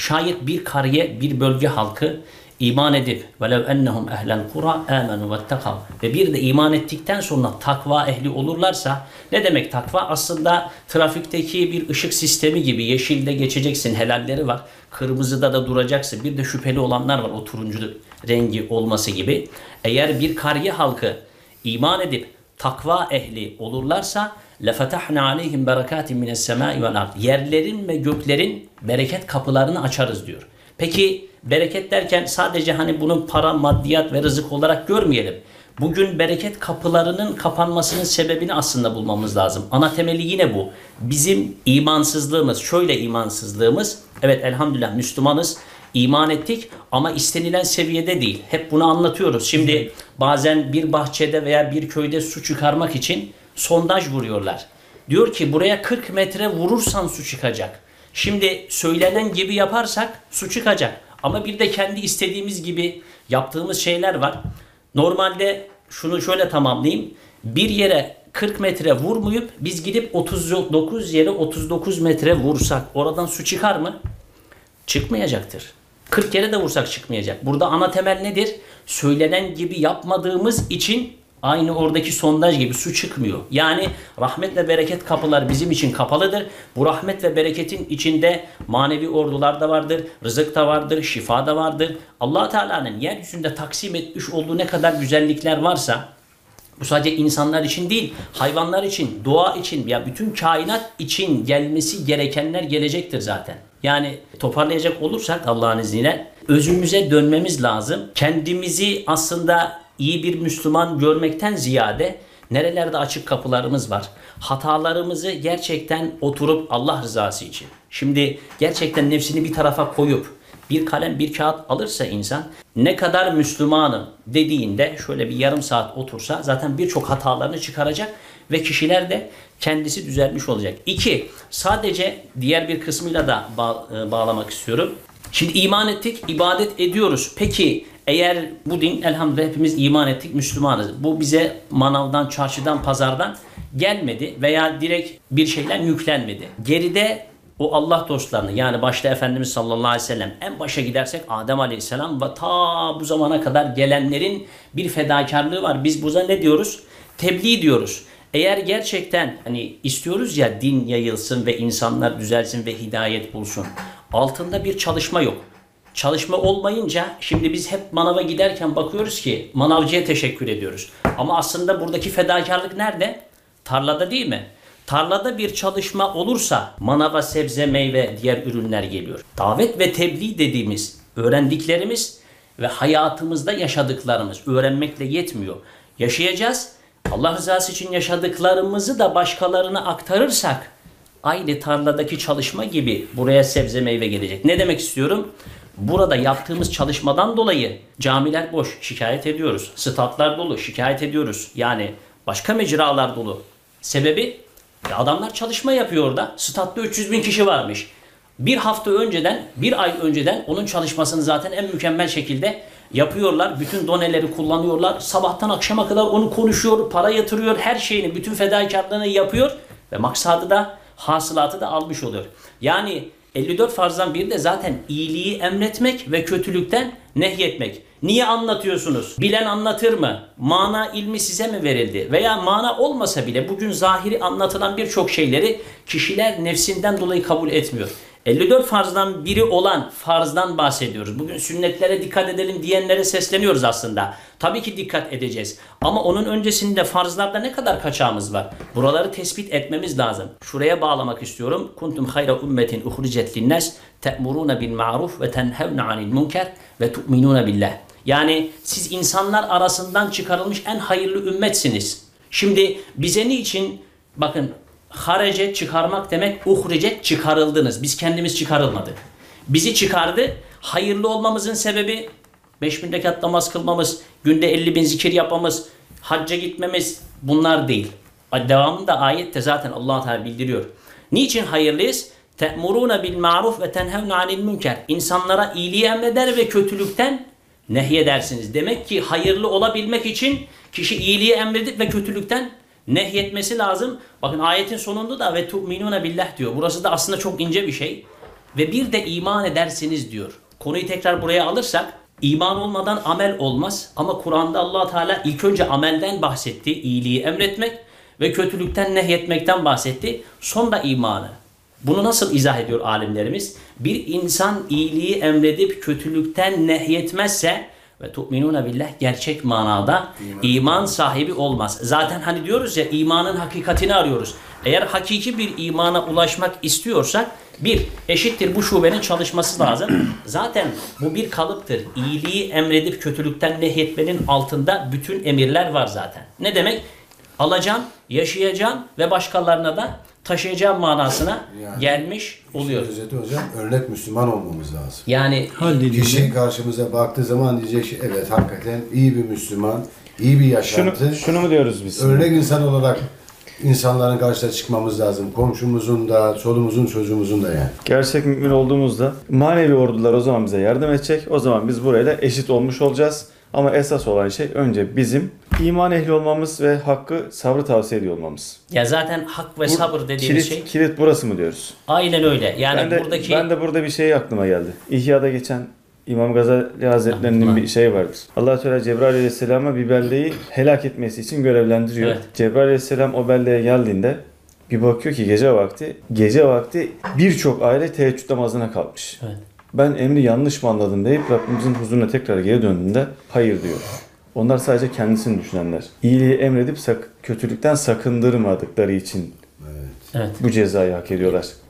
Şayet bir kariye, bir bölge halkı iman edip velev ennehum ehlel kura amenu vettekav ve bir de iman ettikten sonra takva ehli olurlarsa, ne demek takva? Aslında trafikteki bir ışık sistemi gibi, yeşilde geçeceksin, helalleri var. Kırmızıda da duracaksın. Bir de şüpheli olanlar var, o turuncu rengi olması gibi. Eğer bir kariye halkı iman edip takva ehli olurlarsa لَفَتَحْنَا عَلَيْهِمْ بَرَكَاتٍ مِنَ السَّمَاءِ وَالْاَرْضِ Yerlerin ve göklerin bereket kapılarını açarız diyor. Peki bereket derken sadece hani bunun para, maddiyat ve rızık olarak görmeyelim. Bugün bereket kapılarının kapanmasının sebebini aslında bulmamız lazım. Ana temeli yine bu. Bizim imansızlığımız, şöyle imansızlığımız, evet elhamdülillah Müslümanız, iman ettik ama istenilen seviyede değil. Hep bunu anlatıyoruz. Şimdi bazen bir bahçede veya bir köyde su çıkarmak için sondaj vuruyorlar. Diyor ki buraya 40 metre vurursan su çıkacak. Şimdi söylenen gibi yaparsak su çıkacak. Ama bir de kendi istediğimiz gibi yaptığımız şeyler var. Normalde şunu şöyle tamamlayayım. Bir yere 40 metre vurmayıp biz gidip 39 yere 39 metre vursak oradan su çıkar mı? Çıkmayacaktır. 40 kere de vursak çıkmayacak. Burada ana temel nedir? Söylenen gibi yapmadığımız için aynı oradaki sondaj gibi su çıkmıyor. Yani rahmet ve bereket kapılar bizim için kapalıdır. Bu rahmet ve bereketin içinde manevi ordular da vardır, rızık da vardır, şifa da vardır. Allah Teala'nın yeryüzünde taksim etmiş olduğu ne kadar güzellikler varsa, bu sadece insanlar için değil, hayvanlar için, doğa için ya bütün kainat için gelmesi gerekenler gelecektir zaten. Yani toparlayacak olursak Allah'ın izniyle özümüze dönmemiz lazım. Kendimizi aslında iyi bir Müslüman görmekten ziyade nerelerde açık kapılarımız var. Hatalarımızı gerçekten oturup Allah rızası için. Şimdi gerçekten nefsini bir tarafa koyup bir kalem bir kağıt alırsa insan ne kadar Müslümanım dediğinde şöyle bir yarım saat otursa zaten birçok hatalarını çıkaracak ve kişiler de kendisi düzelmiş olacak. İki, sadece diğer bir kısmıyla da bağlamak istiyorum. Şimdi iman ettik, ibadet ediyoruz. Peki eğer bu din, elhamdülillah hepimiz iman ettik, Müslümanız. Bu bize manavdan, çarşıdan, pazardan gelmedi veya direkt bir şeyler yüklenmedi. Geride o Allah dostlarını, yani başta Efendimiz sallallahu aleyhi ve sellem, en başa gidersek Adem aleyhisselam ve ta bu zamana kadar gelenlerin bir fedakarlığı var. Biz buna ne diyoruz? Tebliğ diyoruz. Eğer gerçekten hani istiyoruz ya din yayılsın ve insanlar düzelsin ve hidayet bulsun. Altında bir çalışma yok. Çalışma olmayınca şimdi biz hep manava giderken bakıyoruz ki manavcıya teşekkür ediyoruz. Ama aslında buradaki fedakarlık nerede? Tarlada değil mi? Tarlada bir çalışma olursa manava sebze, meyve, diğer ürünler geliyor. Davet ve tebliğ dediğimiz öğrendiklerimiz ve hayatımızda yaşadıklarımız öğrenmekle yetmiyor. Yaşayacağız. Allah rızası için yaşadıklarımızı da başkalarına aktarırsak aynı tarladaki çalışma gibi buraya sebze meyve gelecek. Ne demek istiyorum? Burada yaptığımız çalışmadan dolayı camiler boş, şikayet ediyoruz. Statlar dolu, şikayet ediyoruz. Yani başka mecralar dolu. Sebebi adamlar çalışma yapıyor orada. Statta 300 bin kişi varmış. Bir hafta önceden, bir ay önceden onun çalışmasını zaten en mükemmel şekilde yapıyorlar. Bütün doneleri kullanıyorlar. Sabahtan akşama kadar onu konuşuyor, para yatırıyor, her şeyini, bütün fedakarlığını yapıyor ve maksadı da, hasılatı da almış oluyor. Yani 54 farzdan biri de zaten iyiliği emretmek ve kötülükten nehyetmek. Niye anlatıyorsunuz? Bilen anlatır mı? Mana ilmi size mi verildi? Veya mana olmasa bile bugün zahiri anlatılan birçok şeyleri kişiler nefsinden dolayı kabul etmiyor. 54 farzdan biri olan farzdan bahsediyoruz. Bugün sünnetlere dikkat edelim diyenlere sesleniyoruz aslında. Tabii ki dikkat edeceğiz. Ama onun öncesinde farzlarda ne kadar kaçağımız var? Buraları tespit etmemiz lazım. Şuraya bağlamak istiyorum. Kuntum hayra ummetin uhricet linnas te'muruna bil ma'ruf ve tenhevne anil munker ve tu'minuna billah. Yani siz insanlar arasından çıkarılmış en hayırlı ümmetsiniz. Şimdi bize niçin, bakın, harece çıkarmak demek, uhricet çıkarıldınız. Biz kendimiz çıkarılmadık. Bizi çıkardı. Hayırlı olmamızın sebebi 5000 rekat namaz kılmamız, günde 50.000 zikir yapmamız, hacca gitmemiz, bunlar değil. Devamında ayette zaten Allah Teala bildiriyor. Niçin hayırlıyız? Te'muruna bil ma'ruf ve tenhevne anil münker. İnsanlara iyiliği emreder ve kötülükten nehyedersiniz. Demek ki hayırlı olabilmek için kişi iyiliği emredip ve kötülükten nehyetmesi lazım. Bakın ayetin sonunda da ve tu'minuna billah diyor. Burası da aslında çok ince bir şey. ve bir de iman edersiniz diyor. Konuyu tekrar buraya alırsak iman olmadan amel olmaz ama Kur'an'da Allah Teala ilk önce amelden bahsetti, iyiliği emretmek ve kötülükten nehyetmekten bahsetti. Sonra imanı. Bunu nasıl izah ediyor alimlerimiz? Bir insan iyiliği emredip kötülükten nehyetmezse ve tu'minuna billah gerçek manada iman sahibi olmaz. Zaten hani diyoruz ya imanın hakikatini arıyoruz. Eğer hakiki bir imana ulaşmak istiyorsak bir, eşittir bu şubenin çalışması lazım. Zaten bu bir kalıptır. İyiliği emredip kötülükten nehyetmenin altında bütün emirler var zaten. Ne demek? Alacağım, yaşayacağım ve başkalarına da taşıyacağım manasına gelmiş oluyor. Özeti hocam, örnek Müslüman olmamız lazım. Yani kişi karşımıza baktığı zaman diyecek ki evet hakikaten iyi bir Müslüman, iyi bir yaşantı. Şunu mu diyoruz biz? Örnek insan olarak insanların karşısına çıkmamız lazım. Komşumuzun da, çoluğumuzun, çocuğumuzun da yani. Gerçek mümin olduğumuzda manevi ordular o zaman bize yardım edecek. O zaman biz burayla eşit olmuş olacağız. Ama esas olan şey önce bizim iman ehli olmamız ve hakkı, sabrı tavsiye ediyor olmamız. ya zaten hak ve sabır dediğimiz şey Kilit burası mı diyoruz? aynen öyle. Yani buradaki Ben de burada bir şey aklıma geldi. İhya'da geçen İmam Gazali Hazretleri'nin bir şeyi vardır. Allah Teala Cebrail Aleyhisselam'a bir beldeyi helak etmesi için görevlendiriyor. Evet. Cebrail Aleyhisselam o beldeye geldiğinde bir bakıyor ki gece vakti birçok aile teheccüd namazına kalkmış. Evet. Ben emri yanlış mı anladım deyip Rabbimizin huzuruna tekrar geri döndüğünde hayır diyor. Onlar sadece kendisini düşünenler. İyiliği emredip kötülükten sakındırmadıkları için evet. bu cezayı hak ediyorlar.